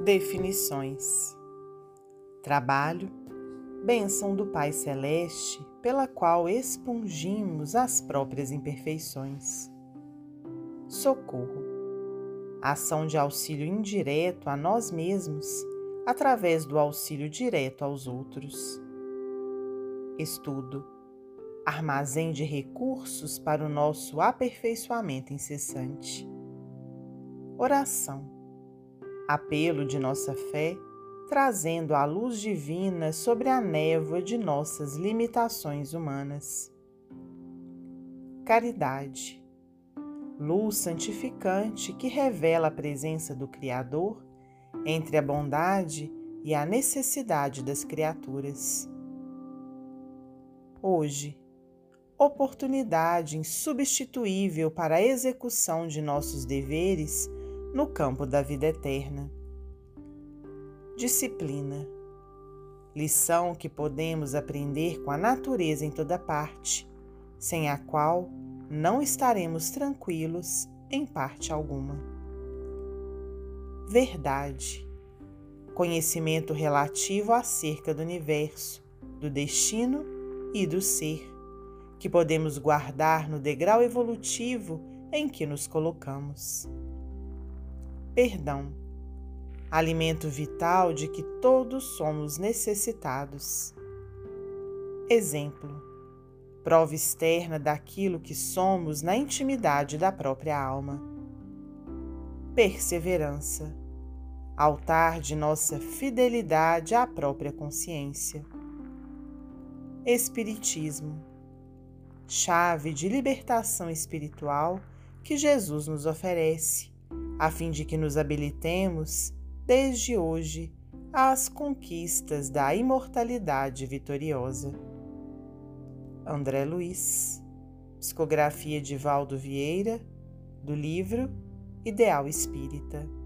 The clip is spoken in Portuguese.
Definições: trabalho, bênção do Pai Celeste, pela qual expungimos as próprias imperfeições. Socorro, ação de auxílio indireto a nós mesmos, através do auxílio direto aos outros. Estudo, armazém de recursos para o nosso aperfeiçoamento incessante. Oração, apelo de nossa fé, trazendo a luz divina sobre a névoa de nossas limitações humanas. Caridade, luz santificante que revela a presença do Criador entre a bondade e a necessidade das criaturas. Hoje, oportunidade insubstituível para a execução de nossos deveres no campo da vida eterna. Disciplina, lição que podemos aprender com a natureza em toda parte, sem a qual não estaremos tranquilos em parte alguma. Verdade, conhecimento relativo acerca do universo, do destino e do ser, que podemos guardar no degrau evolutivo em que nos colocamos. Perdão, alimento vital de que todos somos necessitados. Exemplo, prova externa daquilo que somos na intimidade da própria alma. Perseverança, altar de nossa fidelidade à própria consciência. Espiritismo, chave de libertação espiritual que Jesus nos oferece, a fim de que nos habilitemos, desde hoje, às conquistas da imortalidade vitoriosa. André Luiz, psicografia de Valdo Vieira, do livro Ideal Espírita.